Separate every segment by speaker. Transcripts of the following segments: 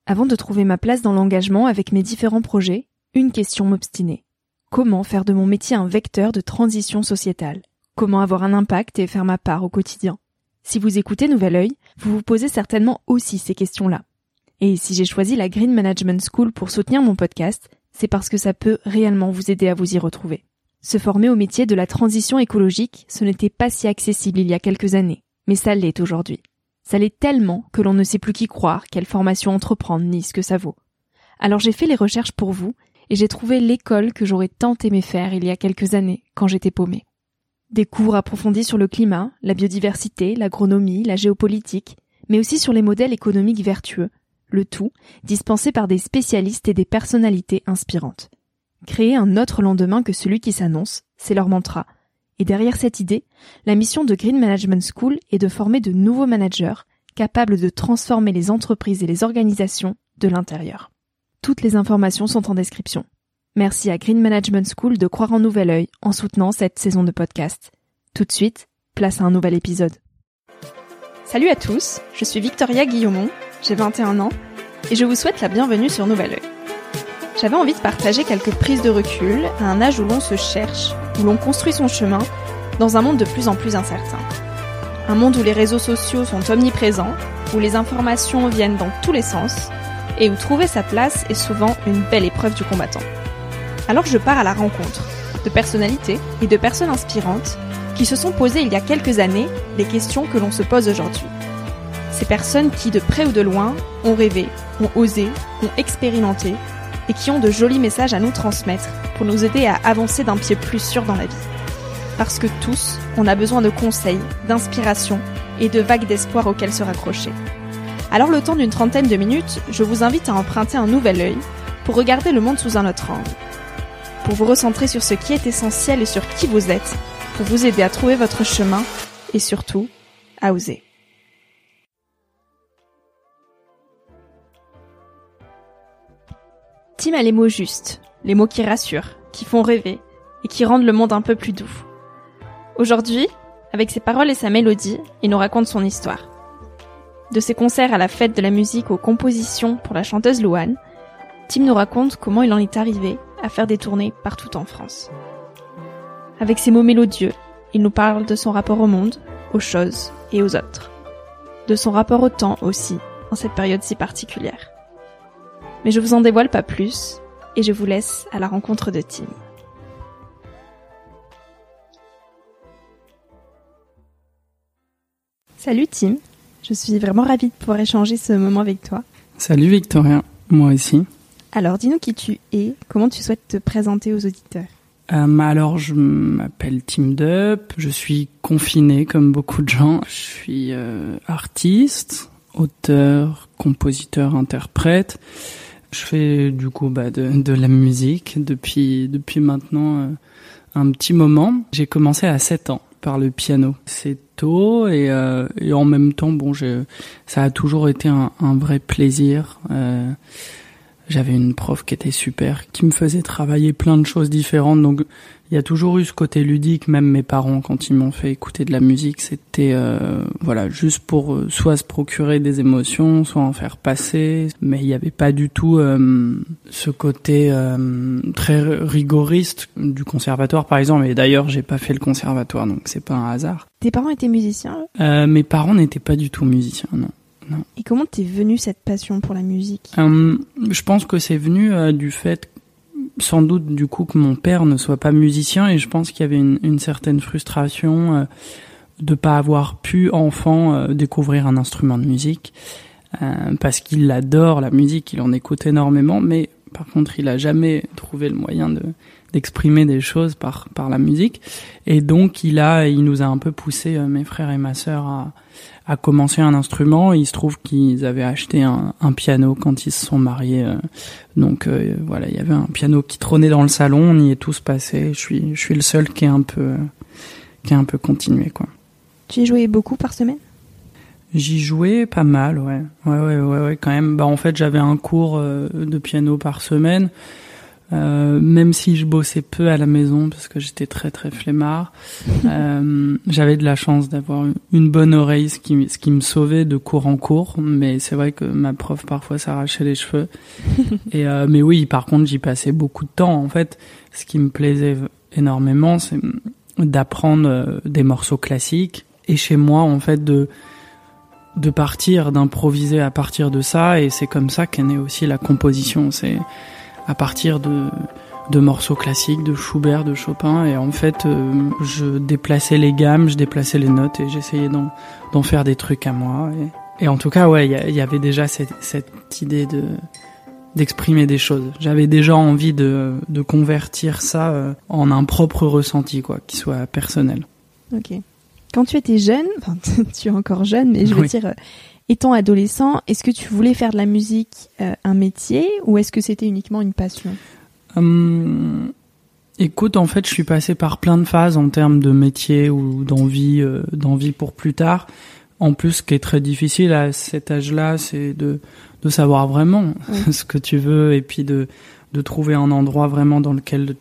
Speaker 1: Avant de trouver ma place dans l'engagement avec mes différents projets, une question m'obstinait. Comment faire de mon métier un vecteur de transition sociétale ? Comment avoir un impact et faire ma part au quotidien ? Si vous écoutez Nouvel Œil, vous vous posez certainement aussi ces questions-là. Et si j'ai choisi la Green Management School pour soutenir mon podcast, c'est parce que ça peut réellement vous aider à vous y retrouver. Se former au métier de la transition écologique, ce n'était pas si accessible il y a quelques années, mais ça l'est aujourd'hui. Ça l'est tellement que l'on ne sait plus qui croire, quelle formation entreprendre, ni ce que ça vaut. Alors j'ai fait les recherches pour vous, et j'ai trouvé l'école que j'aurais tant aimé faire il y a quelques années, quand j'étais paumée. Des cours approfondis sur le climat, la biodiversité, l'agronomie, la géopolitique, mais aussi sur les modèles économiques vertueux, le tout dispensé par des spécialistes et des personnalités inspirantes. Créer un autre lendemain que celui qui s'annonce, c'est leur mantra. Et derrière cette idée, la mission de Green Management School est de former de nouveaux managers capables de transformer les entreprises et les organisations de l'intérieur. Toutes les informations sont en description. Merci à Green Management School de croire en Nouvel Œil en soutenant cette saison de podcast. Tout de suite, place à un nouvel épisode. Salut à tous, je suis Victoria Guillaumont, j'ai 21 ans et je vous souhaite la bienvenue sur Nouvel Œil. J'avais envie de partager quelques prises de recul à un âge où l'on se cherche, où l'on construit son chemin, dans un monde de plus en plus incertain. Un monde où les réseaux sociaux sont omniprésents, où les informations viennent dans tous les sens, et où trouver sa place est souvent une belle épreuve du combattant. Alors je pars à la rencontre de personnalités et de personnes inspirantes qui se sont posées il y a quelques années les questions que l'on se pose aujourd'hui. Ces personnes qui, de près ou de loin, ont rêvé, ont osé, ont expérimenté, et qui ont de jolis messages à nous transmettre pour nous aider à avancer d'un pied plus sûr dans la vie. Parce que tous, on a besoin de conseils, d'inspiration et de vagues d'espoir auxquelles se raccrocher. Alors le temps d'une 30aine de minutes, je vous invite à emprunter un nouvel œil pour regarder le monde sous un autre angle. Pour vous recentrer sur ce qui est essentiel et sur qui vous êtes, pour vous aider à trouver votre chemin et surtout, à oser. Tim a les mots justes, les mots qui rassurent, qui font rêver et qui rendent le monde un peu plus doux. Aujourd'hui, avec ses paroles et sa mélodie, il nous raconte son histoire. De ses concerts à la fête de la musique aux compositions pour la chanteuse Louane, Tim nous raconte comment il en est arrivé à faire des tournées partout en France. Avec ses mots mélodieux, il nous parle de son rapport au monde, aux choses et aux autres. De son rapport au temps aussi, en cette période si particulière. Mais je vous en dévoile pas plus, et je vous laisse à la rencontre de Tim. Salut Tim, je suis vraiment ravie de pouvoir échanger ce moment avec toi.
Speaker 2: Salut Victoria, moi aussi.
Speaker 1: Alors dis-nous qui tu es, comment tu souhaites te présenter aux auditeurs ?
Speaker 2: Alors je m'appelle Tim Dup, je suis confiné comme beaucoup de gens. Je suis artiste, auteur, compositeur, interprète. Je fais du coup de la musique depuis maintenant un petit moment. J'ai commencé à 7 ans par le piano. C'est tôt et en même temps ça a toujours été un vrai plaisir. J'avais une prof qui était super, qui me faisait travailler plein de choses différentes. Donc il y a toujours eu ce côté ludique. Même mes parents, quand ils m'ont fait écouter de la musique, c'était juste pour soit se procurer des émotions, soit en faire passer. Mais il n'y avait pas du tout ce côté très rigoriste du conservatoire, par exemple. Et d'ailleurs, j'ai pas fait le conservatoire, donc c'est pas un hasard.
Speaker 1: Tes parents étaient musiciens ?
Speaker 2: Mes parents n'étaient pas du tout musiciens, non. Non.
Speaker 1: Et comment t'es venue cette passion pour la musique ?
Speaker 2: Je pense que c'est venu du fait, sans doute du coup, que mon père ne soit pas musicien, et je pense qu'il y avait une certaine frustration de pas avoir pu enfant découvrir un instrument de musique, parce qu'il adore la musique, il en écoute énormément, mais par contre il a jamais trouvé le moyen d'exprimer des choses par la musique, et donc il nous a un peu poussé, mes frères et ma sœur, à commencer un instrument. Il se trouve qu'ils avaient acheté un piano quand ils se sont mariés, donc il y avait un piano qui trônait dans le salon, on y est tous passés. Je suis le seul qui a un peu continué, quoi.
Speaker 1: Tu y jouais beaucoup par semaine ?
Speaker 2: J'y jouais pas mal, ouais, quand même. En fait, j'avais un cours de piano par semaine. Même si je bossais peu à la maison parce que j'étais très très flemmard, j'avais de la chance d'avoir une bonne oreille, ce qui me sauvait de cours en cours. Mais c'est vrai que ma prof parfois s'arrachait les cheveux. Mais oui, par contre, j'y passais beaucoup de temps. En fait, ce qui me plaisait énormément, c'est d'apprendre des morceaux classiques. Et chez moi, en fait, de partir, d'improviser à partir de ça. Et c'est comme ça qu'est née aussi la composition. C'est à partir de morceaux classiques, de Schubert, de Chopin, et en fait, je déplaçais les gammes, je déplaçais les notes, et j'essayais d'en faire des trucs à moi. Et en tout cas, ouais, il y avait déjà cette idée d'exprimer des choses. J'avais déjà envie de convertir ça en un propre ressenti, quoi, qui soit personnel.
Speaker 1: Ok. Quand tu étais jeune, enfin, tu es encore jeune, mais je veux dire, étant adolescent, est-ce que tu voulais faire de la musique un métier ou est-ce que c'était uniquement une passion ?
Speaker 2: Écoute, en fait, je suis passé par plein de phases en termes de métier ou d'envie pour plus tard. En plus, ce qui est très difficile à cet âge-là, c'est de savoir vraiment ce que tu veux et puis de trouver un endroit vraiment dans lequel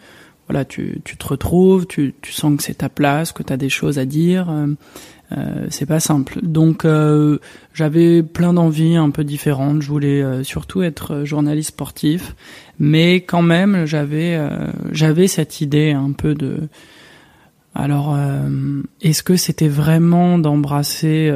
Speaker 2: tu te retrouves, tu sens que c'est ta place, que tu as des choses à dire. C'est pas simple. Donc j'avais plein d'envies un peu différentes. Je voulais surtout être journaliste sportif, mais quand même j'avais cette idée un peu de. Alors est-ce que c'était vraiment d'embrasser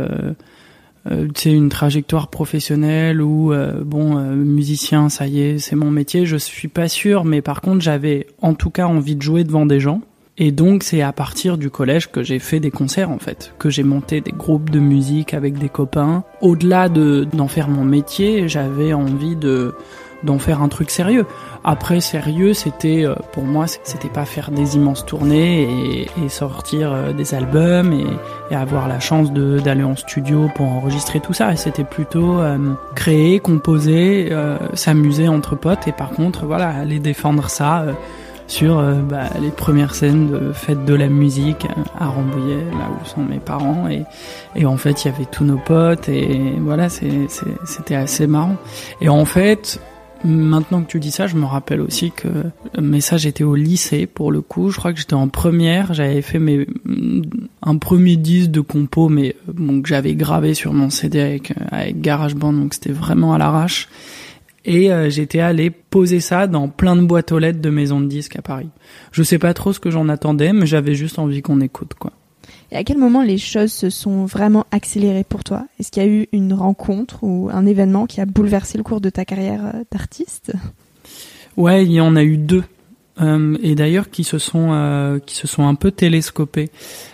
Speaker 2: une trajectoire professionnelle ou musicien, ça y est, c'est mon métier. Je suis pas sûr, mais par contre j'avais en tout cas envie de jouer devant des gens. Et donc c'est à partir du collège que j'ai fait des concerts en fait, que j'ai monté des groupes de musique avec des copains. Au-delà d'en faire mon métier, j'avais envie d'en faire un truc sérieux. Après sérieux, c'était pour moi, c'était pas faire des immenses tournées et sortir des albums et avoir la chance d'aller en studio pour enregistrer tout ça. Et c'était plutôt créer, composer, s'amuser entre potes et par contre voilà, aller défendre ça. Sur les premières scènes de fête de la musique à Rambouillet, là où sont mes parents, et en fait il y avait tous nos potes et voilà, c'était assez marrant. Et en fait, maintenant que tu dis ça, je me rappelle aussi que mais ça j'étais au lycée pour le coup, je crois que j'étais en première, j'avais fait un premier disque de compo mais que j'avais gravé sur mon CD avec GarageBand, donc c'était vraiment à l'arrache. Et j'étais allé poser ça dans plein de boîtes aux lettres de maisons de disques à Paris. Je sais pas trop ce que j'en attendais, mais j'avais juste envie qu'on écoute, quoi.
Speaker 1: Et à quel moment les choses se sont vraiment accélérées pour toi ? Est-ce qu'il y a eu une rencontre ou un événement qui a bouleversé le cours de ta carrière d'artiste ?
Speaker 2: Ouais, il y en a eu deux. Et d'ailleurs qui se sont un peu télescopés.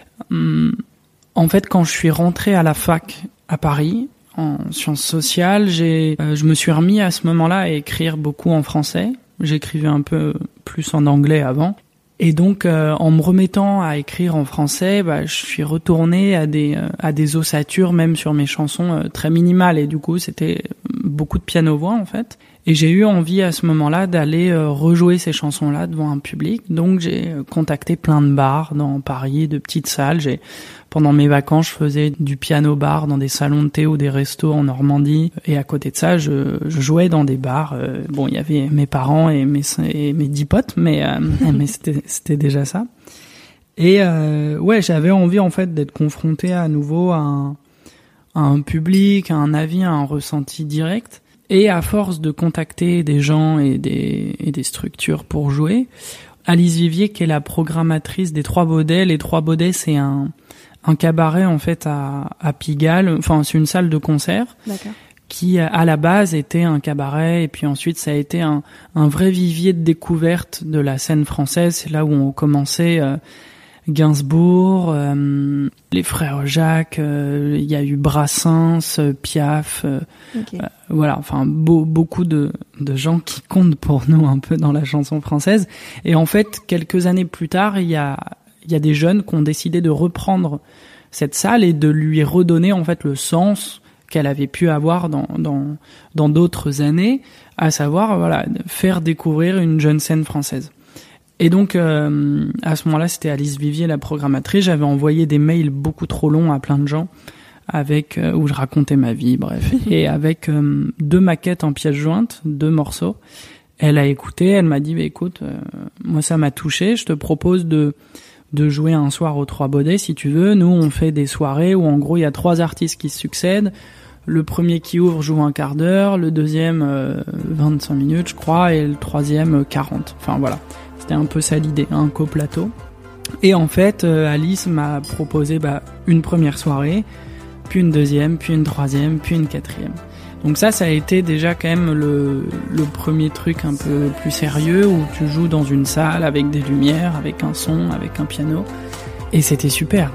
Speaker 2: En fait, quand je suis rentré à la fac à Paris, en sciences sociales, je me suis remis à ce moment-là à écrire beaucoup en français. J'écrivais un peu plus en anglais avant. Et donc, en me remettant à écrire en français, je suis retourné à des ossatures, même sur mes chansons très minimales. Et du coup, c'était beaucoup de piano-voix, en fait. Et j'ai eu envie à ce moment-là d'aller rejouer ces chansons-là devant un public. Donc, j'ai contacté plein de bars dans Paris, de petites salles. Pendant mes vacances, je faisais du piano-bar dans des salons de thé ou des restos en Normandie. Et à côté de ça, je jouais dans des bars. Il y avait mes parents et mes 10 potes, mais c'était déjà ça. Et j'avais envie en fait d'être confronté à nouveau à un public, à un avis, à un ressenti direct. Et à force de contacter des gens et des structures pour jouer, Alice Vivier, qui est la programmatrice des Trois Baudets, les Trois Baudets, c'est un cabaret en fait à Pigalle, enfin c'est une salle de concert.
Speaker 1: D'accord.
Speaker 2: Qui à la base était un cabaret et puis ensuite ça a été un vrai vivier de découverte de la scène française. C'est là où ont commencé Gainsbourg, les frères Jacques, il y a eu Brassens, Piaf,
Speaker 1: okay.
Speaker 2: Voilà, enfin beaucoup de gens qui comptent pour nous un peu dans la chanson française. Et en fait, quelques années plus tard, il y a des jeunes qui ont décidé de reprendre cette salle et de lui redonner en fait le sens qu'elle avait pu avoir dans d'autres années, à savoir voilà, faire découvrir une jeune scène française. Et donc à ce moment-là, c'était Alice Vivier, la programmatrice. J'avais envoyé des mails beaucoup trop longs à plein de gens avec où je racontais ma vie, bref, et avec 2 maquettes en pièces jointes, 2 morceaux. Elle a écouté, elle m'a dit, écoute, moi ça m'a touché, je te propose de jouer un soir aux Trois Baudets si tu veux. Nous, on fait des soirées où en gros il y a 3 artistes qui se succèdent. Le premier qui ouvre joue un quart d'heure, le deuxième 25 minutes je crois, et le troisième 40. Enfin voilà, c'était un peu ça l'idée, un coplateau. Et en fait, Alice m'a proposé une première soirée, puis une deuxième, puis une troisième, puis une quatrième. Donc ça a été déjà quand même le premier truc un peu plus sérieux où tu joues dans une salle avec des lumières, avec un son, avec un piano. Et c'était super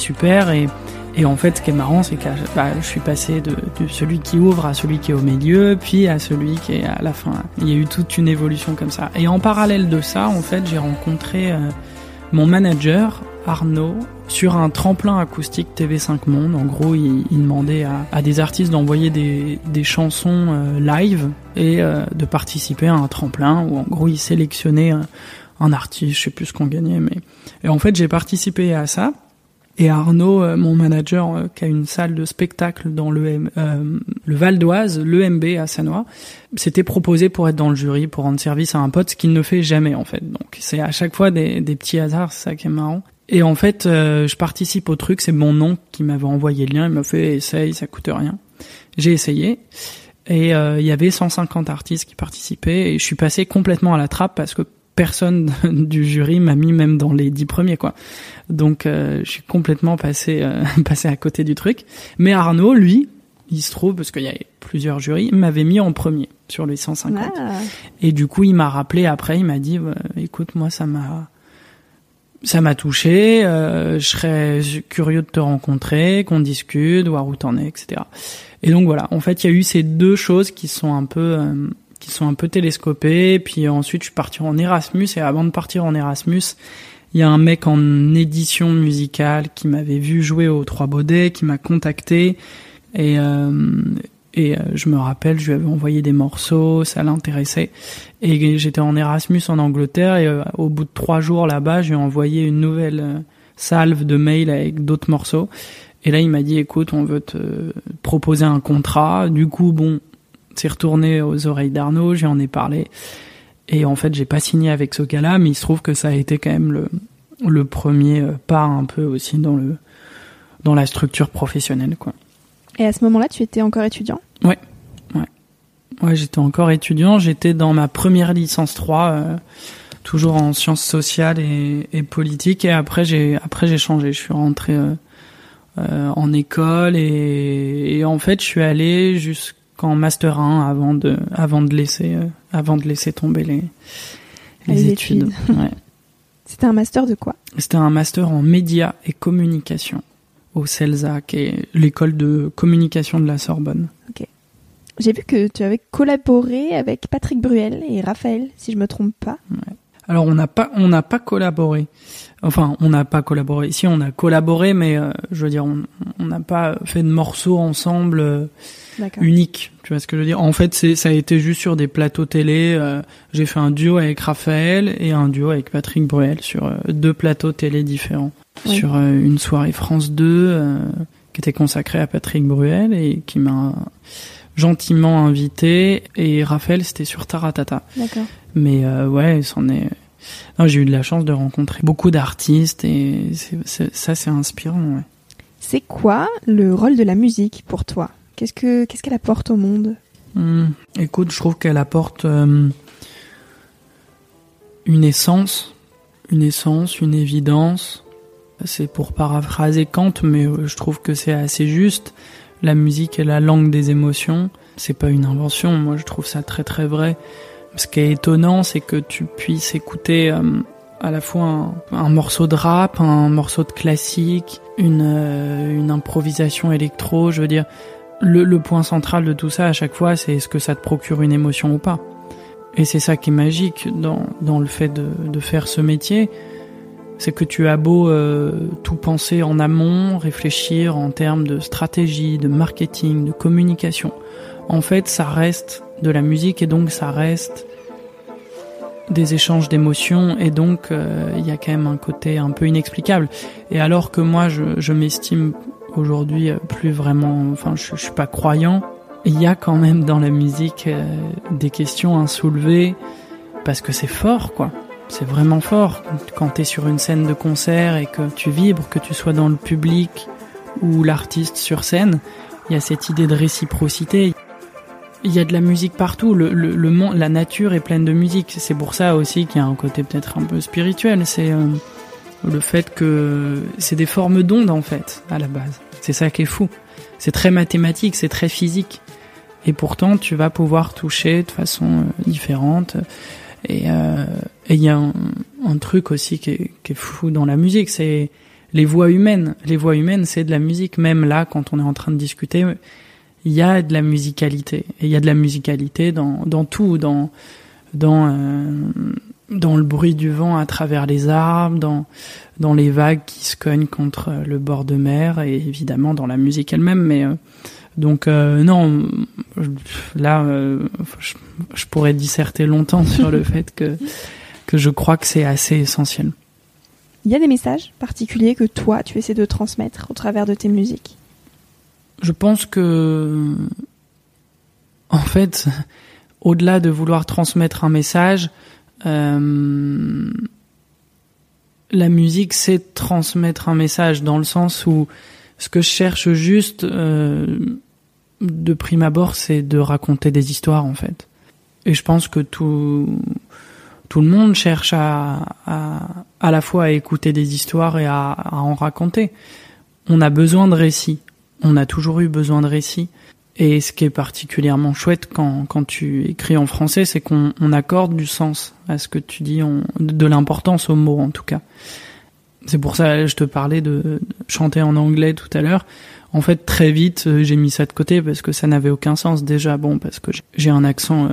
Speaker 2: et en fait ce qui est marrant c'est que je suis passé de celui qui ouvre à celui qui est au milieu, puis à celui qui est à la fin. Il y a eu toute une évolution comme ça. Et en parallèle de ça, en fait, j'ai rencontré mon manager Arnaud sur un tremplin acoustique TV5 Monde. En gros, il demandait à des artistes d'envoyer des chansons live et de participer à un tremplin où en gros il sélectionnait un artiste, je sais plus ce qu'on gagnait, mais et en fait j'ai participé à ça. Et Arnaud, mon manager, qui a une salle de spectacle dans le Val d'Oise, l'EMB à Sannois, s'était proposé pour être dans le jury, pour rendre service à un pote, ce qu'il ne fait jamais en fait. Donc c'est à chaque fois des petits hasards, c'est ça qui est marrant. Et en fait, je participe au truc, c'est mon oncle qui m'avait envoyé le lien, il m'a fait essaye, ça coûte rien. J'ai essayé. Et il y avait 150 artistes qui participaient et je suis passé complètement à la trappe parce que personne du jury m'a mis même dans les 10 premiers quoi. Donc je suis complètement passé à côté du truc. Mais Arnaud, lui, il se trouve parce qu'il y avait plusieurs jurys, m'avait mis en premier sur les 150. Ah. Et du coup, il m'a rappelé après, il m'a dit écoute, moi ça m'a touché, je serais curieux de te rencontrer, qu'on discute, voir où t'en es, etc. Et donc voilà, en fait, il y a eu ces deux choses qui sont un peu télescopées. Puis ensuite, je suis parti en Erasmus. Et avant de partir en Erasmus, il y a un mec en édition musicale qui m'avait vu jouer aux Trois Baudets, qui m'a contacté. Et je me rappelle, je lui avais envoyé des morceaux, ça l'intéressait. Et j'étais en Erasmus en Angleterre. Et au bout de 3 jours là-bas, je lui ai envoyé une nouvelle salve de mails avec d'autres morceaux. Et là, il m'a dit, écoute, on veut te proposer un contrat. Du coup, bon, c'est retourné aux oreilles d'Arnaud, j'en ai parlé. Et en fait, j'ai pas signé avec ce gars-là, mais il se trouve que ça a été quand même le premier pas un peu aussi dans la structure professionnelle, quoi.
Speaker 1: Et à ce moment-là, tu étais encore étudiant ?
Speaker 2: Ouais, j'étais encore étudiant. J'étais dans ma première licence 3, toujours en sciences sociales et politiques. Et après, j'ai changé. Je suis rentré en école et en fait, je suis allé jusqu'en master 1 avant de laisser tomber les études. Ouais.
Speaker 1: C'était un master de quoi ?
Speaker 2: C'était un master en médias et communication au CELSA, qui est l'école de communication de la Sorbonne.
Speaker 1: Ok. J'ai vu que tu avais collaboré avec Patrick Bruel et Raphaël, si je me trompe pas.
Speaker 2: Ouais. Alors on n'a pas collaboré. Enfin, on n'a pas collaboré. Si, on a collaboré, mais je veux dire, on n'a pas fait de morceaux ensemble uniques. Tu vois ce que je veux dire ? En fait, ça a été juste sur des plateaux télé. J'ai fait un duo avec Raphaël et un duo avec Patrick Bruel sur 2 plateaux télé différents. Oui. Sur une soirée France 2 qui était consacrée à Patrick Bruel et qui m'a gentiment invité. Et Raphaël, c'était sur Taratata.
Speaker 1: D'accord.
Speaker 2: Mais ouais, non, j'ai eu de la chance de rencontrer beaucoup d'artistes et c'est inspirant. Ouais.
Speaker 1: C'est quoi le rôle de la musique pour toi ? Qu'est-ce qu'elle apporte au monde ?
Speaker 2: Écoute, je trouve qu'elle apporte une essence, une évidence. C'est pour paraphraser Kant, mais je trouve que c'est assez juste. La musique est la langue des émotions. C'est pas une invention. Moi, je trouve ça très très vrai. Ce qui est étonnant, c'est que tu puisses écouter à la fois un morceau de rap, un morceau de classique, une improvisation électro. Je veux dire, le point central de tout ça, à chaque fois, c'est est-ce que ça te procure une émotion ou pas. Et c'est ça qui est magique dans le fait de faire ce métier. C'est que tu as beau tout penser en amont, réfléchir en termes de stratégie, de marketing, de communication. En fait, ça reste de la musique et donc ça reste des échanges d'émotions et donc il y a quand même un côté un peu inexplicable. Et alors que moi je m'estime aujourd'hui plus vraiment, enfin je suis pas croyant, il y a quand même dans la musique des questions à soulever parce que c'est fort, quoi. C'est vraiment fort. Quand t'es sur une scène de concert et que tu vibres, que tu sois dans le public ou l'artiste sur scène, il y a cette idée de réciprocité. Il y a de la musique partout. Le monde, la nature est pleine de musique. C'est pour ça aussi qu'il y a un côté peut-être un peu spirituel. C'est le fait que c'est des formes d'ondes en fait à la base. C'est ça qui est fou. C'est très mathématique, c'est très physique. Et pourtant, tu vas pouvoir toucher de façon différente. Et il y a un truc aussi qui est fou dans la musique, c'est les voix humaines. Les voix humaines, c'est de la musique. Même là, quand on est en train de discuter, il y a de la musicalité. Et il y a de la musicalité dans tout, dans le bruit du vent à travers les arbres, dans les vagues qui se cognent contre le bord de mer, et évidemment dans la musique elle-même. Mais donc non, là, je pourrais disserter longtemps sur le fait que je crois que c'est assez essentiel.
Speaker 1: Il y a des messages particuliers que toi, tu essaies de transmettre au travers de tes musiques?
Speaker 2: Je pense que, en fait, au-delà de vouloir transmettre un message, la musique, c'est transmettre un message dans le sens où ce que je cherche juste, de prime abord, c'est de raconter des histoires, en fait. Et je pense que tout le monde cherche à la fois à écouter des histoires et à en raconter. On a besoin de récits. On a toujours eu besoin de récits. Et ce qui est particulièrement chouette quand tu écris en français, c'est qu'on accorde du sens à ce que tu dis, de l'importance aux mots en tout cas. C'est pour ça que je te parlais de chanter en anglais tout à l'heure. En fait, très vite, j'ai mis ça de côté parce que ça n'avait aucun sens. Déjà, bon, parce que j'ai un accent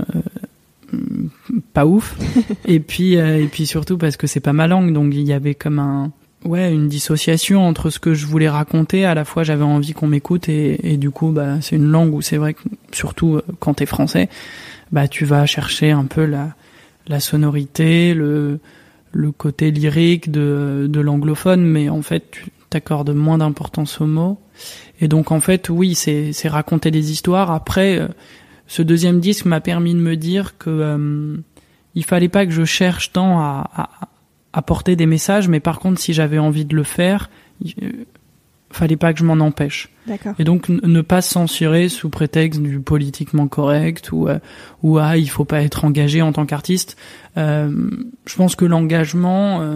Speaker 2: pas ouf. et puis surtout parce que c'est pas ma langue, donc il y avait comme une dissociation entre ce que je voulais raconter. À la fois, j'avais envie qu'on m'écoute et du coup, c'est une langue où c'est vrai que, surtout quand t'es français, tu vas chercher un peu la sonorité, le côté lyrique de l'anglophone, mais en fait, tu t'accordes moins d'importance aux mots. Et donc, en fait, oui, c'est raconter des histoires. Après, ce deuxième disque m'a permis de me dire que il fallait pas que je cherche tant à porter des messages, mais par contre, si j'avais envie de le faire, fallait pas que je m'en empêche.
Speaker 1: D'accord.
Speaker 2: Et donc, ne pas se censurer sous prétexte du politiquement correct ou il faut pas être engagé en tant qu'artiste. Je pense que l'engagement,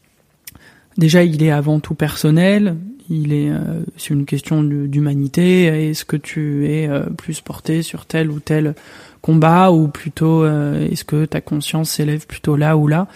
Speaker 2: déjà, il est avant tout personnel. C'est une question d'humanité. Est-ce que tu es plus porté sur tel ou tel combat, ou plutôt est-ce que ta conscience s'élève plutôt là ou là?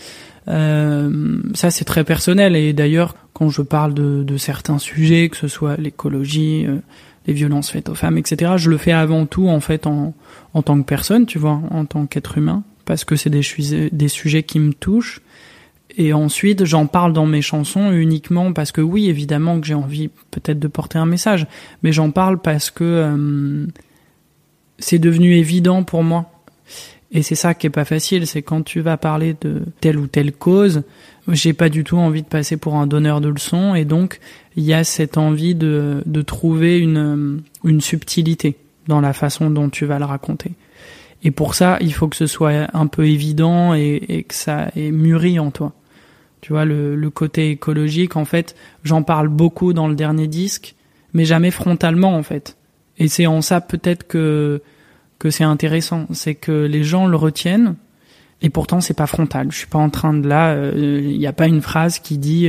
Speaker 2: Ça, c'est très personnel. Et d'ailleurs, quand je parle de certains sujets, que ce soit l'écologie, les violences faites aux femmes, etc., je le fais avant tout en fait en tant que personne, tu vois, en tant qu'être humain, parce que c'est des sujets qui me touchent. Et ensuite, j'en parle dans mes chansons uniquement parce que oui, évidemment que j'ai envie peut-être de porter un message, mais j'en parle parce que c'est devenu évident pour moi. Et c'est ça qui est pas facile, c'est quand tu vas parler de telle ou telle cause, j'ai pas du tout envie de passer pour un donneur de leçons, et donc il y a cette envie de trouver une subtilité dans la façon dont tu vas le raconter. Et pour ça, il faut que ce soit un peu évident et que ça ait mûri en toi. Tu vois, le côté écologique, en fait, j'en parle beaucoup dans le dernier disque, mais jamais frontalement, en fait. Et c'est en ça peut-être que c'est intéressant, c'est que les gens le retiennent, et pourtant c'est pas frontal. Je suis pas en train de y a pas une phrase qui dit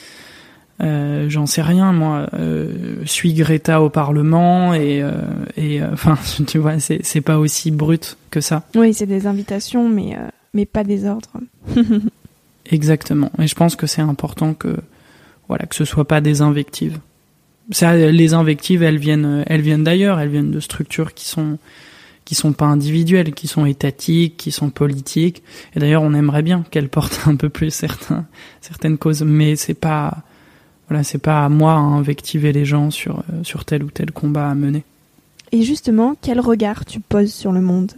Speaker 2: j'en sais rien moi, suis Greta au Parlement et enfin tu vois, c'est pas aussi brut que ça.
Speaker 1: Oui, c'est des invitations, mais pas des ordres.
Speaker 2: Exactement. Et je pense que c'est important que ce soit pas des invectives. Ça, les invectives, elles viennent d'ailleurs, elles viennent de structures qui sont pas individuelles, qui sont étatiques, qui sont politiques. Et d'ailleurs, on aimerait bien qu'elles portent un peu plus certaines causes, mais c'est pas à moi à invectiver les gens sur tel ou tel combat à mener.
Speaker 1: Et justement, quel regard tu poses sur le monde?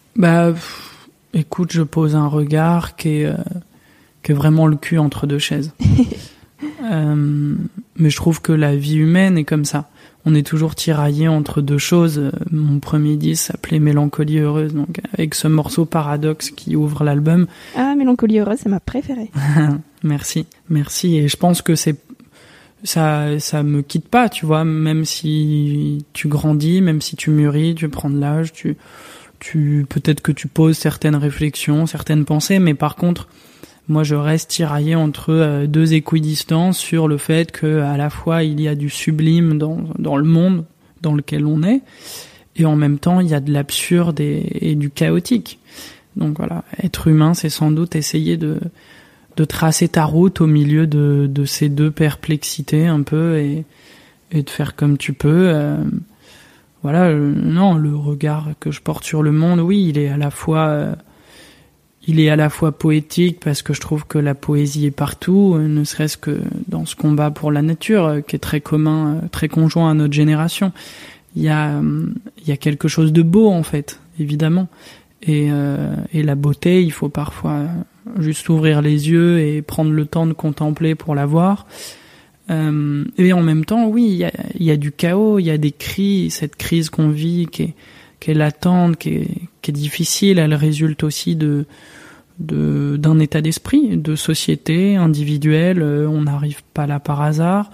Speaker 2: Écoute, je pose un regard qui est vraiment le cul entre deux chaises. Mais je trouve que la vie humaine est comme ça. on est toujours tiraillé entre deux choses. Mon premier disque s'appelait Mélancolie heureuse, donc avec ce morceau Paradoxe qui ouvre l'album.
Speaker 1: Ah, Mélancolie heureuse, c'est ma préférée.
Speaker 2: Merci. Et je pense que ça me quitte pas, tu vois, même si tu grandis, même si tu mûris, tu prends de l'âge, tu peut-être que tu poses certaines réflexions, certaines pensées, mais par contre, moi je reste tiraillé entre deux équidistances sur le fait que à la fois il y a du sublime dans le monde dans lequel on est, et en même temps il y a de l'absurde et du chaotique. Donc voilà, être humain, c'est sans doute essayer de tracer ta route au milieu de ces deux perplexités un peu et de faire comme tu peux. Voilà, non, le regard que je porte sur le monde, oui, il est à la fois poétique parce que je trouve que la poésie est partout, ne serait-ce que dans ce combat pour la nature qui est très commun, très conjoint à notre génération. Il y a quelque chose de beau en fait, évidemment. Et la beauté, il faut parfois juste ouvrir les yeux et prendre le temps de contempler pour la voir. Et en même temps, oui, il y a du chaos, il y a des cris, cette crise qu'on vit qui est latente, qui est difficile, elle résulte aussi d'un état d'esprit, de société individuelle, on n'arrive pas là par hasard.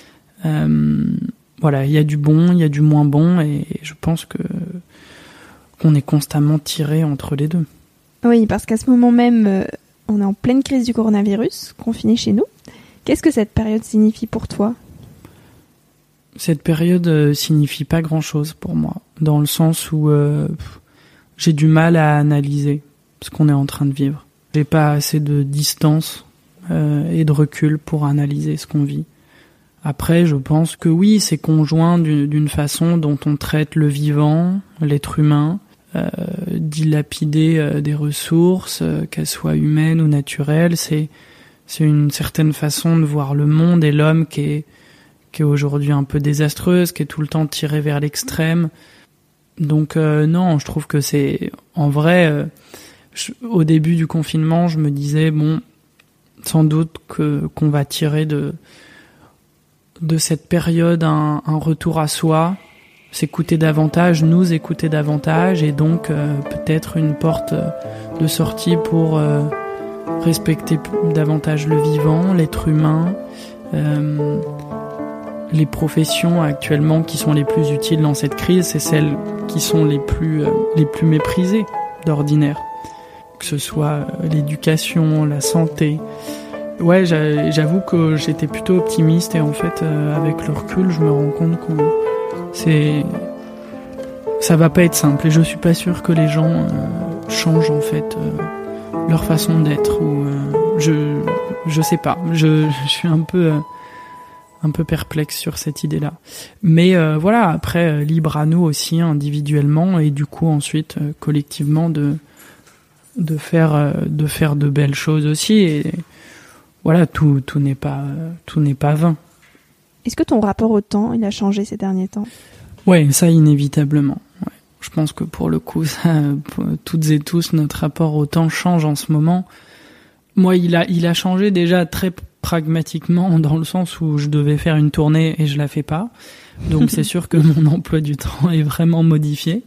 Speaker 2: Voilà, il y a du bon, il y a du moins bon, et je pense qu'on est constamment tiré entre les deux.
Speaker 1: Oui, parce qu'à ce moment même, on est en pleine crise du coronavirus, confiné chez nous. Qu'est-ce que cette période signifie pour toi ?
Speaker 2: Cette période signifie pas grand-chose pour moi, dans le sens où j'ai du mal à analyser ce qu'on est en train de vivre. J'ai pas assez de distance et de recul pour analyser ce qu'on vit. Après, je pense que oui, c'est conjoint d'une façon dont on traite le vivant, l'être humain, dilapider des ressources, qu'elles soient humaines ou naturelles. C'est une certaine façon de voir le monde et l'homme qui est aujourd'hui un peu désastreuse, qui est tout le temps tiré vers l'extrême. Donc non, je trouve que c'est... En vrai, au début du confinement, je me disais, bon, sans doute qu'on va tirer de cette période un retour à soi, s'écouter davantage, nous écouter davantage, et donc peut-être une porte de sortie pour respecter davantage le vivant, l'être humain, les professions actuellement qui sont les plus utiles dans cette crise, c'est celles qui sont les plus méprisées d'ordinaire, que ce soit l'éducation, la santé. Ouais, j'avoue que j'étais plutôt optimiste, et en fait, avec le recul, je me rends compte ça va pas être simple, et je suis pas sûr que les gens changent en fait leur façon d'être, ou je sais pas, je suis un peu perplexe sur cette idée-là. Mais voilà, après libre à nous aussi individuellement, et du coup ensuite collectivement de faire de belles choses aussi, et voilà, tout n'est pas vain.
Speaker 1: Est-ce que ton rapport au temps, il a changé ces derniers temps ?
Speaker 2: Ouais, ça inévitablement. Ouais. Je pense que pour le coup, ça, toutes et tous, notre rapport au temps change en ce moment. Moi, il a changé déjà très pragmatiquement, dans le sens où je devais faire une tournée et je la fais pas. Donc c'est sûr que mon emploi du temps est vraiment modifié.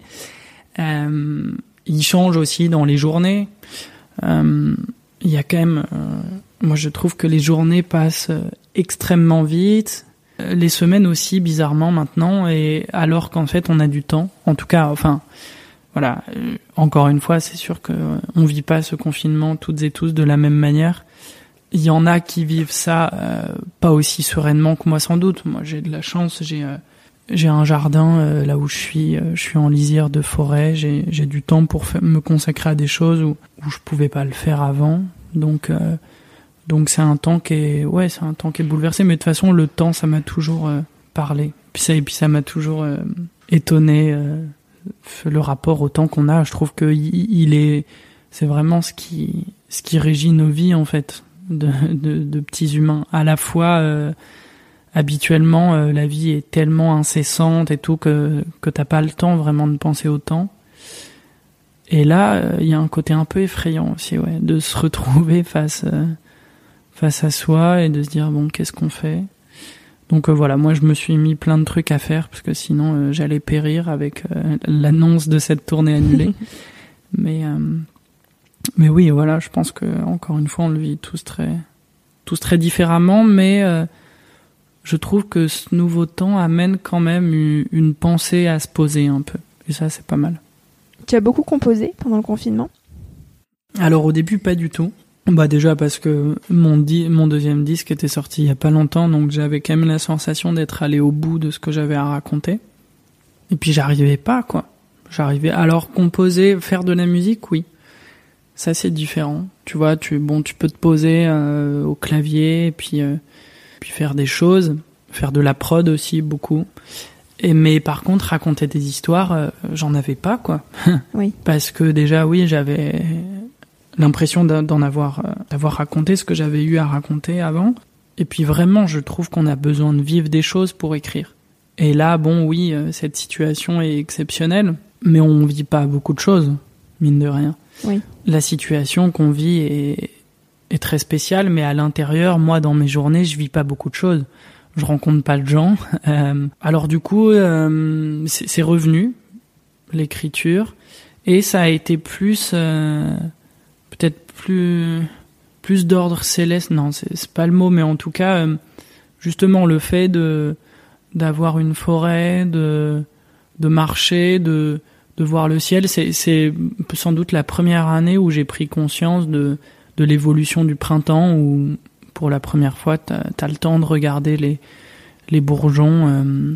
Speaker 2: Il change aussi dans les journées. Il y a quand même... moi, je trouve que les journées passent extrêmement vite. Les semaines aussi, bizarrement, maintenant, et alors qu'en fait, on a du temps. En tout cas, enfin, voilà. Encore une fois, c'est sûr que on vit pas ce confinement toutes et tous de la même manière. Il y en a qui vivent ça pas aussi sereinement que moi, sans doute. Moi, j'ai de la chance. J'ai un jardin là où je suis en lisière de forêt. J'ai du temps pour me consacrer à des choses où je pouvais pas le faire avant. Donc c'est un temps qui est bouleversé, mais de toute façon le temps ça m'a toujours parlé. Puis ça m'a toujours étonné le rapport au temps qu'on a. Je trouve que c'est vraiment ce qui régit nos vies en fait de petits humains. À la fois habituellement la vie est tellement incessante et tout que t'as pas le temps vraiment de penser au temps. Et là il y a un côté un peu effrayant aussi, ouais, de se retrouver face à soi et de se dire bon, qu'est-ce qu'on fait ? Donc voilà, moi je me suis mis plein de trucs à faire parce que sinon j'allais périr avec l'annonce de cette tournée annulée. Mais oui, voilà, je pense que encore une fois on le vit tous très différemment, mais je trouve que ce nouveau temps amène quand même une pensée à se poser un peu. Et ça, c'est pas mal.
Speaker 1: Tu as beaucoup composé pendant le confinement ?
Speaker 2: Alors au début, pas du tout. Bah déjà parce que mon deuxième disque était sorti il y a pas longtemps, donc j'avais quand même la sensation d'être allé au bout de ce que j'avais à raconter. Et puis j'arrivais pas, quoi. Alors composer, faire de la musique, oui. Ça c'est différent. Tu vois, tu peux te poser au clavier et puis faire des choses, faire de la prod aussi beaucoup. Mais par contre raconter des histoires, j'en avais pas, quoi.
Speaker 1: Oui.
Speaker 2: Parce que déjà oui, j'avais l'impression d'avoir raconté ce que j'avais eu à raconter avant. Et puis vraiment, je trouve qu'on a besoin de vivre des choses pour écrire. Et là, bon, oui, cette situation est exceptionnelle, mais on vit pas beaucoup de choses, mine de rien.
Speaker 1: Oui. La
Speaker 2: situation qu'on vit est très spéciale, mais à l'intérieur, moi, dans mes journées, je vis pas beaucoup de choses. Je rencontre pas de gens. Alors du coup, c'est revenu, l'écriture, et ça a été plus... peut-être plus d'ordre céleste, non, c'est pas le mot, mais en tout cas, justement, le fait d'avoir une forêt, de marcher, de voir le ciel, c'est sans doute la première année où j'ai pris conscience de l'évolution du printemps, où pour la première fois, t'as le temps de regarder les bourgeons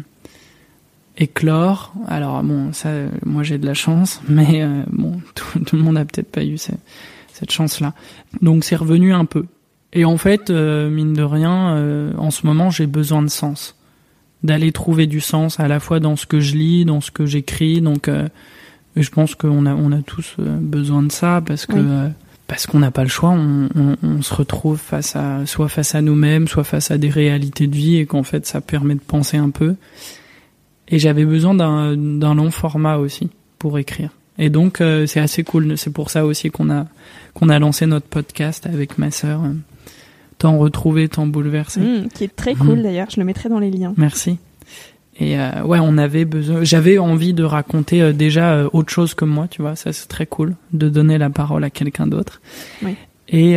Speaker 2: éclore. Alors bon, ça, moi j'ai de la chance, mais bon, tout le monde a peut-être pas eu cette chance-là. Donc c'est revenu un peu. Et en fait, mine de rien, en ce moment, j'ai besoin de sens. D'aller trouver du sens à la fois dans ce que je lis, dans ce que j'écris. Donc, je pense qu'on a tous besoin de ça parce que parce qu'on n'a pas le choix. On se retrouve soit face à nous-mêmes, soit face à des réalités de vie, et qu'en fait, ça permet de penser un peu. Et j'avais besoin d'un long format aussi pour écrire. Et donc c'est assez cool. C'est pour ça aussi qu'on a lancé notre podcast avec ma sœur. Tant retrouvé, tant bouleversé.
Speaker 1: Qui est très cool d'ailleurs. Je le mettrai dans les liens.
Speaker 2: Merci. Et ouais, on avait besoin. J'avais envie de raconter déjà autre chose que moi, tu vois. Ça c'est très cool de donner la parole à quelqu'un d'autre.
Speaker 1: Oui.
Speaker 2: Et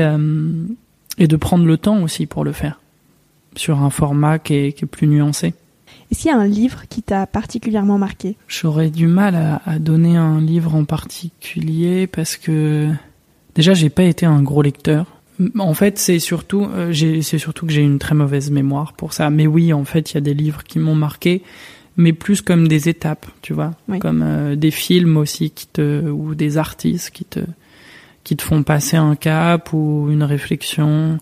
Speaker 2: de prendre le temps aussi pour le faire sur un format qui est plus nuancé.
Speaker 1: Est-ce qu'il y a un livre qui t'a particulièrement marqué ?
Speaker 2: J'aurais du mal à donner un livre en particulier parce que déjà j'ai pas été un gros lecteur. En fait, c'est surtout que j'ai une très mauvaise mémoire pour ça. Mais oui, en fait, il y a des livres qui m'ont marqué, mais plus comme des étapes, tu vois, comme des films aussi ou des artistes qui te font passer un cap ou une réflexion.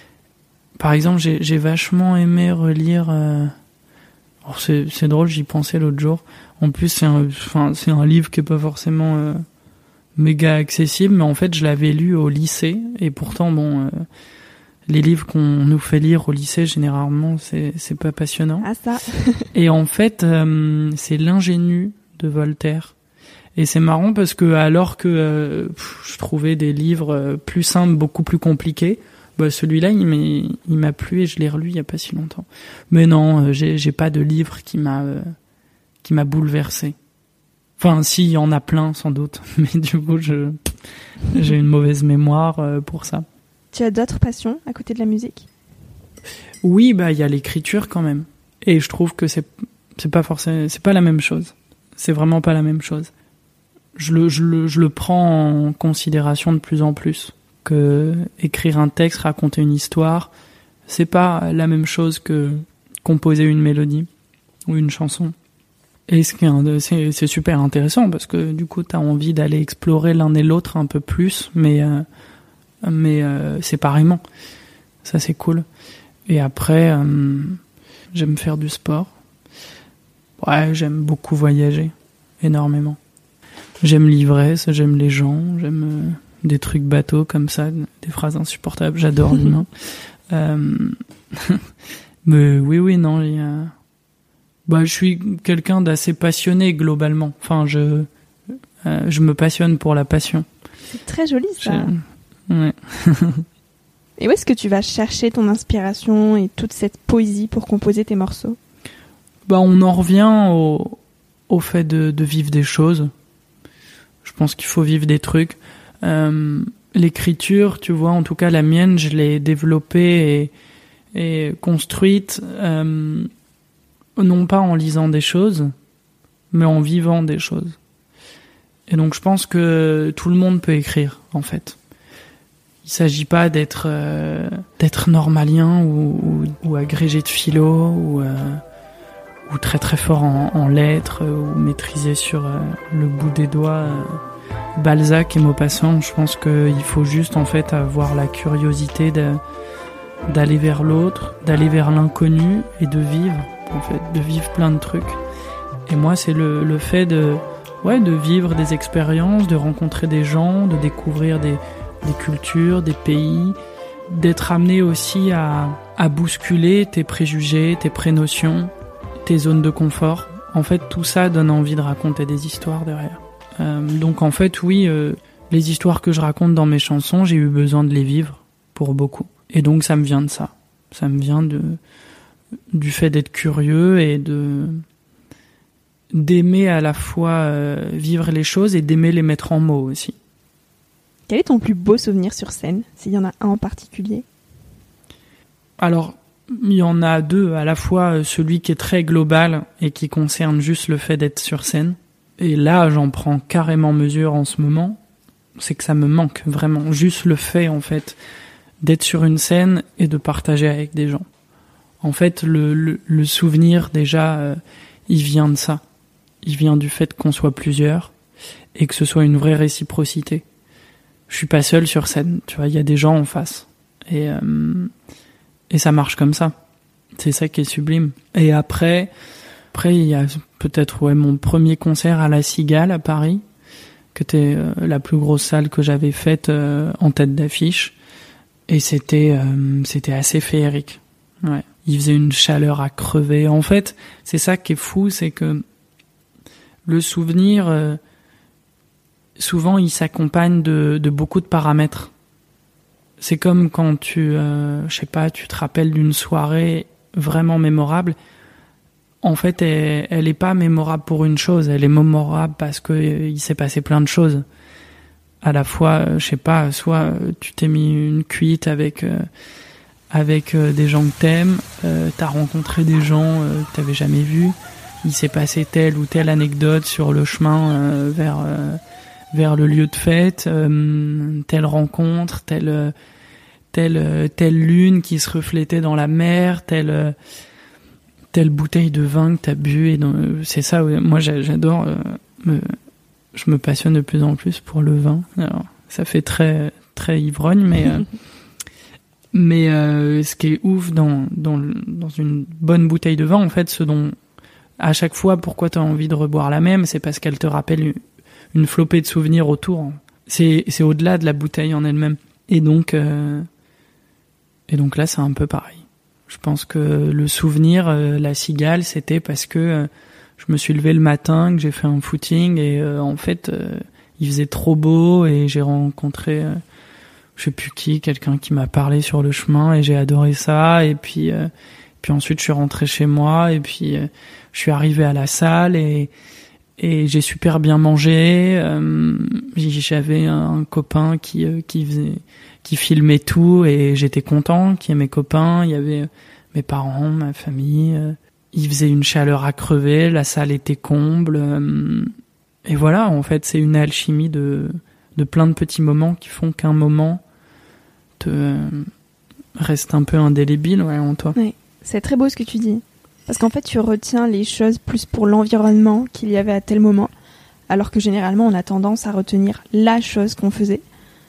Speaker 2: Par exemple, j'ai vachement aimé relire. Alors c'est drôle, j'y pensais l'autre jour. En plus, c'est un livre qui est pas forcément méga accessible, mais en fait, je l'avais lu au lycée, et pourtant, bon, les livres qu'on nous fait lire au lycée, généralement, c'est pas passionnant.
Speaker 1: Ah ça.
Speaker 2: Et en fait, c'est L'Ingénu de Voltaire. Et c'est marrant parce que alors que je trouvais des livres plus simples, beaucoup plus compliqués, bah celui-là il m'a plu et je l'ai relu il y a pas si longtemps. Mais non, j'ai pas de livre qui m'a bouleversé. Enfin, si, il y en a plein sans doute, mais du coup j'ai une mauvaise mémoire pour ça.
Speaker 1: Tu as d'autres passions à côté de la musique ?
Speaker 2: Oui, bah il y a l'écriture quand même. Et je trouve que c'est pas forcément, c'est pas la même chose. C'est vraiment pas la même chose. Je le prends en considération de plus en plus. Que écrire un texte, raconter une histoire, c'est pas la même chose que composer une mélodie ou une chanson. Et c'est super intéressant parce que du coup t'as envie d'aller explorer l'un et l'autre un peu plus, mais séparément. Ça c'est cool. Et après, j'aime faire du sport. Ouais, j'aime beaucoup voyager, énormément. J'aime l'ivresse, j'aime les gens, j'aime des trucs bateaux comme ça, des phrases insupportables. J'adore l'humain. Mais oui, non, il y a... Bah, je suis quelqu'un d'assez passionné globalement. Enfin, je me passionne pour la passion.
Speaker 1: C'est très joli ça.
Speaker 2: Ouais.
Speaker 1: Et où est-ce que tu vas chercher ton inspiration et toute cette poésie pour composer tes morceaux ?
Speaker 2: On en revient au fait de vivre des choses. Je pense qu'il faut vivre des trucs. L'écriture, tu vois, en tout cas la mienne, je l'ai développée et construite, non pas en lisant des choses, mais en vivant des choses. Et donc je pense que tout le monde peut écrire, en fait. Il s'agit pas d'être normalien ou agrégé de philo ou très très fort en lettres ou maîtrisé sur le bout des doigts Balzac et Maupassant. Je pense qu'il faut juste en fait avoir la curiosité d'aller vers l'autre, d'aller vers l'inconnu et de vivre, en fait, de vivre plein de trucs. Et moi, c'est le fait de vivre des expériences, de rencontrer des gens, de découvrir des cultures, des pays, d'être amené aussi à bousculer tes préjugés, tes prénotions, tes zones de confort. En fait, tout ça donne envie de raconter des histoires derrière. Donc en fait, oui, les histoires que je raconte dans mes chansons, j'ai eu besoin de les vivre pour beaucoup. Et donc ça me vient de ça. Ça me vient du fait d'être curieux et d'aimer à la fois vivre les choses et d'aimer les mettre en mots aussi.
Speaker 1: Quel est ton plus beau souvenir sur scène, s'il y en a un en particulier ?
Speaker 2: Alors, il y en a deux, à la fois celui qui est très global et qui concerne juste le fait d'être sur scène. Et là, j'en prends carrément mesure en ce moment. C'est que ça me manque vraiment. Juste le fait, en fait, d'être sur une scène et de partager avec des gens. En fait, le souvenir, déjà, il vient de ça. Il vient du fait qu'on soit plusieurs et que ce soit une vraie réciprocité. Je suis pas seul sur scène, tu vois, il y a des gens en face. Et ça marche comme ça. C'est ça qui est sublime. Et après, il y a peut-être mon premier concert à La Cigale à Paris, qui était la plus grosse salle que j'avais faite en tête d'affiche. Et c'était assez féerique. Ouais. Il faisait une chaleur à crever. En fait, c'est ça qui est fou, c'est que le souvenir, souvent, il s'accompagne de beaucoup de paramètres. C'est comme quand tu te rappelles d'une soirée vraiment mémorable. En fait, elle est pas mémorable pour une chose, elle est mémorable parce que il s'est passé plein de choses. À la fois, soit tu t'es mis une cuite avec des gens que t'aimes, t'as rencontré des gens que t'avais jamais vus, il s'est passé telle ou telle anecdote sur le chemin vers le lieu de fête, telle rencontre, telle lune qui se reflétait dans la mer, telle bouteille de vin que t'as bu. Et c'est ça, moi j'adore, je me passionne de plus en plus pour le vin. Alors, ça fait très très ivrogne, mais ce qui est ouf dans une bonne bouteille de vin, en fait, ce dont à chaque fois, pourquoi t'as envie de reboire la même, c'est parce qu'elle te rappelle une flopée de souvenirs autour. C'est au-delà de la bouteille en elle-même. Et donc là, c'est un peu pareil. Je pense que le souvenir, La Cigale, c'était parce que je me suis levé le matin, que j'ai fait un footing et en fait, il faisait trop beau et j'ai rencontré, je sais plus qui, quelqu'un qui m'a parlé sur le chemin et j'ai adoré ça. Et puis ensuite, je suis rentré chez moi et puis je suis arrivé à la salle et j'ai super bien mangé. J'avais un copain qui filmait tout et j'étais content, qu'il y ait mes copains, il y avait mes parents, ma famille. Il faisait une chaleur à crever, la salle était comble. Et voilà, en fait, c'est une alchimie de plein de petits moments qui font qu'un moment te reste un peu indélébile en toi.
Speaker 1: Oui, c'est très beau ce que tu dis. Parce qu'en fait, tu retiens les choses plus pour l'environnement qu'il y avait à tel moment, alors que généralement, on a tendance à retenir la chose qu'on faisait.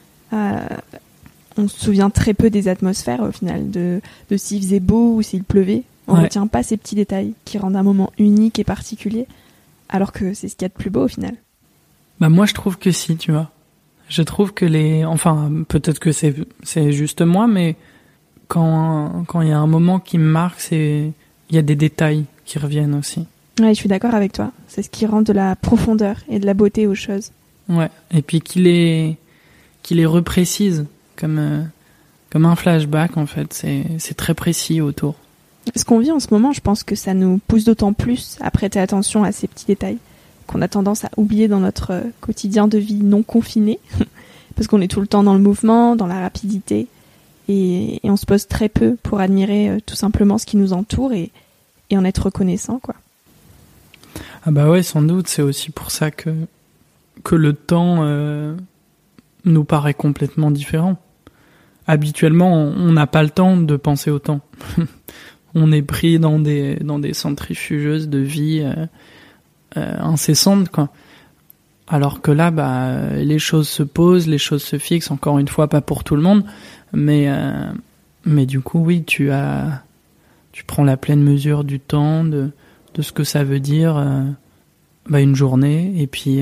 Speaker 1: On se souvient très peu des atmosphères, au final, de s'il faisait beau ou s'il pleuvait. On ne retient pas ces petits détails qui rendent un moment unique et particulier, alors que c'est ce qu'il y a de plus beau, au final.
Speaker 2: Bah moi, je trouve que si, tu vois. Je trouve que enfin, peut-être que c'est juste moi, mais quand il y a un moment qui me marque, il y a des détails qui reviennent aussi.
Speaker 1: Ouais, je suis d'accord avec toi. C'est ce qui rend de la profondeur et de la beauté aux choses.
Speaker 2: Ouais. Et puis qu'il les reprécise, comme comme un flashback en fait. C'est très précis autour.
Speaker 1: Ce qu'on vit en ce moment, je pense que ça nous pousse d'autant plus à prêter attention à ces petits détails qu'on a tendance à oublier dans notre quotidien de vie non confiné, parce qu'on est tout le temps dans le mouvement, dans la rapidité, et on se pose très peu pour admirer tout simplement ce qui nous entoure et en être reconnaissant, quoi.
Speaker 2: Ah bah ouais, sans doute, c'est aussi pour ça que le temps nous paraît complètement différent. Habituellement, on n'a pas le temps de penser au temps. On est pris dans des centrifugeuses de vie incessantes, quoi. Alors que là, bah, les choses se posent, les choses se fixent. Encore une fois, pas pour tout le monde, mais du coup, oui, tu prends la pleine mesure du temps, de ce que ça veut dire, une journée, et puis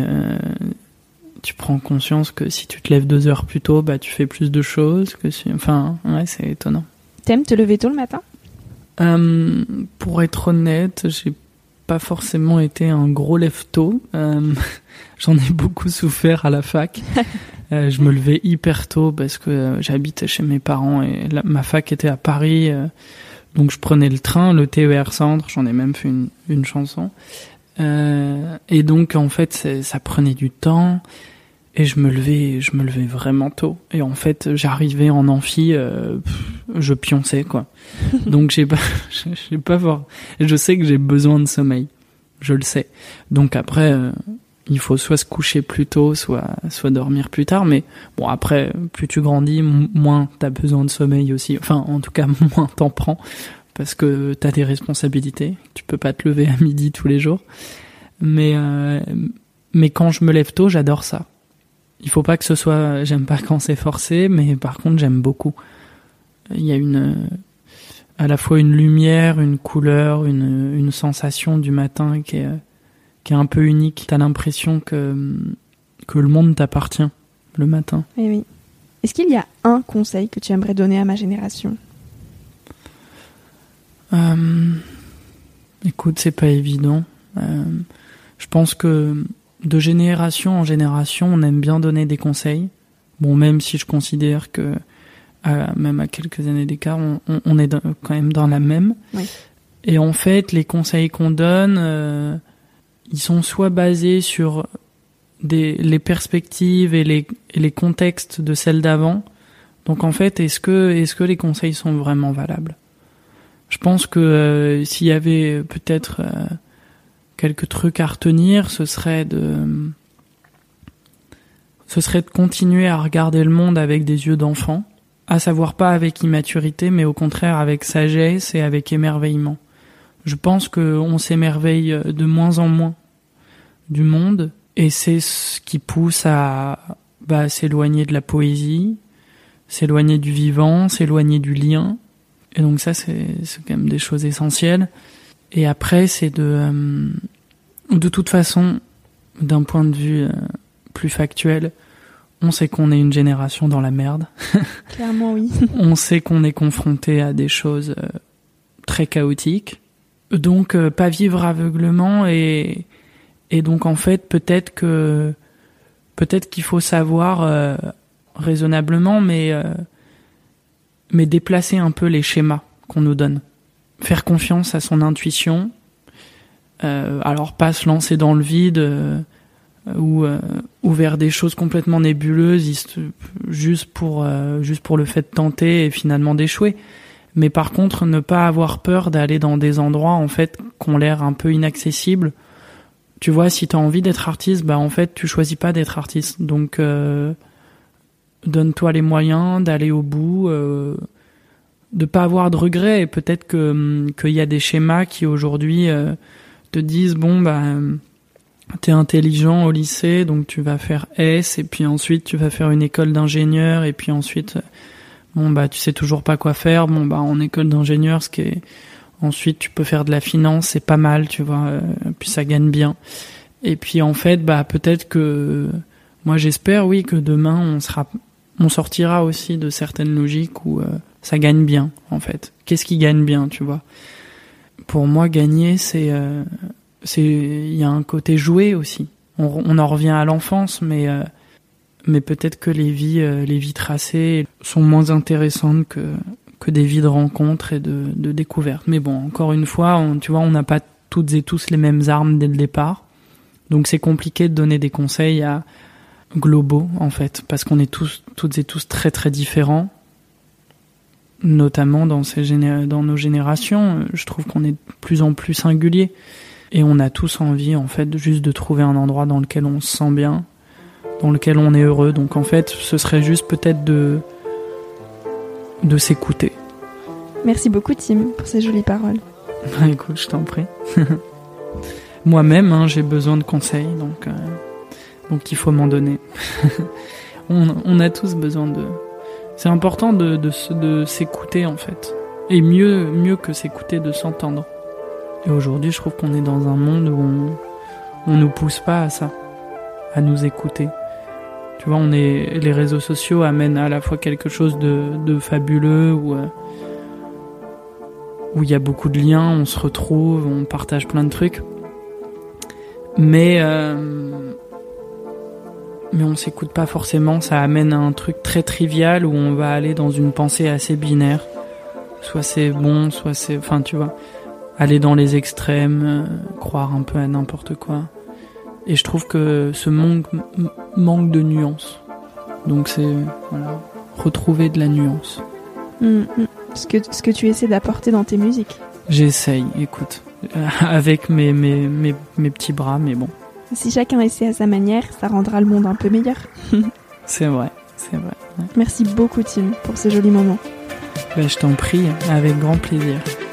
Speaker 2: tu prends conscience que si tu te lèves 2 heures plus tôt, bah tu fais plus de choses que si... Enfin, ouais, c'est étonnant.
Speaker 1: T'aimes te lever tôt le matin ?
Speaker 2: Pour être honnête, j'ai pas forcément été un gros lève-tôt. J'en ai beaucoup souffert à la fac. Je me levais hyper tôt parce que j'habitais chez mes parents et ma fac était à Paris. Donc je prenais le train, le TER Centre, j'en ai même fait une chanson. Et donc en fait ça prenait du temps et je me levais vraiment tôt. Et en fait j'arrivais en amphi, je pionçais quoi. Donc j'ai pas fort. Je sais que j'ai besoin de sommeil, je le sais. Donc après il faut soit se coucher plus tôt, soit dormir plus tard. Mais bon, après, plus tu grandis, moins t'as besoin de sommeil aussi. Enfin, en tout cas, moins t'en prends. Parce que t'as des responsabilités. Tu peux pas te lever à midi tous les jours. Mais quand je me lève tôt, j'adore ça. Il faut pas que ce soit... J'aime pas quand c'est forcé, mais par contre, j'aime beaucoup. Il y a à la fois une lumière, une couleur, une sensation du matin qui est un peu unique. T'as l'impression que le monde t'appartient le matin.
Speaker 1: Oui. Est-ce qu'il y a un conseil que tu aimerais donner à ma génération ?
Speaker 2: Écoute, c'est pas évident. Je pense que de génération en génération, on aime bien donner des conseils. Bon, même si je considère que même à quelques années d'écart, on est quand même dans la même.
Speaker 1: Oui.
Speaker 2: Et en fait, les conseils qu'on donne... ils sont soit basés sur les perspectives et les contextes de celles d'avant. Donc en fait, est-ce que les conseils sont vraiment valables ? Je pense que s'il y avait peut-être quelques trucs à retenir, ce serait de continuer à regarder le monde avec des yeux d'enfant, à savoir pas avec immaturité, mais au contraire avec sagesse et avec émerveillement. Je pense qu'on s'émerveille de moins en moins du monde et c'est ce qui pousse à s'éloigner de la poésie, s'éloigner du vivant, s'éloigner du lien. Et donc ça, c'est quand même des choses essentielles. Et après, c'est de toute façon, d'un point de vue plus factuel, on sait qu'on est une génération dans la merde.
Speaker 1: Clairement, oui.
Speaker 2: On sait qu'on est confronté à des choses très chaotiques. Donc, pas vivre aveuglement et donc, en fait, peut-être qu'il faut savoir raisonnablement, mais déplacer un peu les schémas qu'on nous donne. Faire confiance à son intuition. Alors, pas se lancer dans le vide ou vers des choses complètement nébuleuses juste pour le fait de tenter et finalement d'échouer. Mais par contre, ne pas avoir peur d'aller dans des endroits en fait qui ont l'air un peu inaccessibles. Tu vois, si t'as envie d'être artiste, en fait, tu choisis pas d'être artiste. Donc, donne-toi les moyens d'aller au bout, de pas avoir de regrets. Et peut-être qu'il y a des schémas qui aujourd'hui te disent t'es intelligent au lycée, donc tu vas faire S, et puis ensuite tu vas faire une école d'ingénieur, et puis ensuite, tu sais toujours pas quoi faire. En école d'ingénieur, ensuite, tu peux faire de la finance, c'est pas mal, tu vois, puis ça gagne bien. Et puis en fait, peut-être que, moi j'espère, oui, que demain on sortira aussi de certaines logiques où ça gagne bien, en fait. Qu'est-ce qui gagne bien, tu vois ? Pour moi, gagner, il y a un côté joué aussi. On en revient à l'enfance, mais peut-être que les vies tracées sont moins intéressantes que des vies de rencontres et de découvertes. Mais bon, encore une fois, on n'a pas toutes et tous les mêmes armes dès le départ. Donc c'est compliqué de donner des conseils globaux, en fait, parce qu'on est toutes et tous très très différents, notamment dans nos générations. Je trouve qu'on est de plus en plus singuliers. Et on a tous envie, en fait, juste de trouver un endroit dans lequel on se sent bien, dans lequel on est heureux. Donc en fait, ce serait juste peut-être de s'écouter.
Speaker 1: Merci beaucoup, Tim, pour ces jolies paroles.
Speaker 2: Écoute, je t'en prie. Moi-même, j'ai besoin de conseils, donc il faut m'en donner. On a tous besoin de... C'est important de s'écouter, en fait. Et mieux que s'écouter, de s'entendre. Et aujourd'hui, je trouve qu'on est dans un monde où on nous pousse pas à ça, à nous écouter. Tu vois, les réseaux sociaux amènent à la fois quelque chose de fabuleux, où il y a beaucoup de liens, on se retrouve, on partage plein de trucs. Mais on s'écoute pas forcément, ça amène à un truc très trivial où on va aller dans une pensée assez binaire. Soit c'est bon, soit c'est... Enfin, tu vois, aller dans les extrêmes, croire un peu à n'importe quoi. Et je trouve que ce manque de nuance. Donc c'est, voilà, retrouver de la nuance.
Speaker 1: Ce que tu essaies d'apporter dans tes musiques.
Speaker 2: J'essaye, écoute, avec mes petits bras, mais bon.
Speaker 1: Si chacun essaie à sa manière, ça rendra le monde un peu meilleur.
Speaker 2: C'est vrai. Ouais.
Speaker 1: Merci beaucoup, Tim, pour ce joli moment.
Speaker 2: Ben, je t'en prie, avec grand plaisir.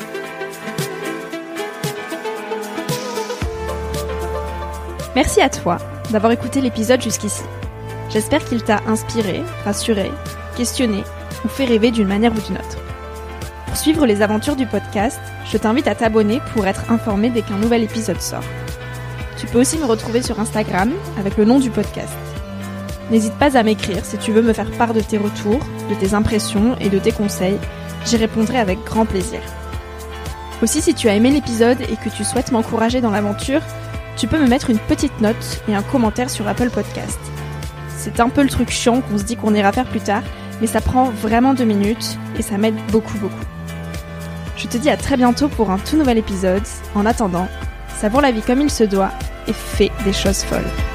Speaker 1: Merci à toi d'avoir écouté l'épisode jusqu'ici. J'espère qu'il t'a inspiré, rassuré, questionné ou fait rêver d'une manière ou d'une autre. Pour suivre les aventures du podcast, je t'invite à t'abonner pour être informé dès qu'un nouvel épisode sort. Tu peux aussi me retrouver sur Instagram avec le nom du podcast. N'hésite pas à m'écrire si tu veux me faire part de tes retours, de tes impressions et de tes conseils. J'y répondrai avec grand plaisir. Aussi, si tu as aimé l'épisode et que tu souhaites m'encourager dans l'aventure, tu peux me mettre une petite note et un commentaire sur Apple Podcast. C'est un peu le truc chiant qu'on se dit qu'on ira faire plus tard, mais ça prend vraiment 2 minutes et ça m'aide beaucoup. Je te dis à très bientôt pour un tout nouvel épisode. En attendant, savoure la vie comme il se doit et fais des choses folles.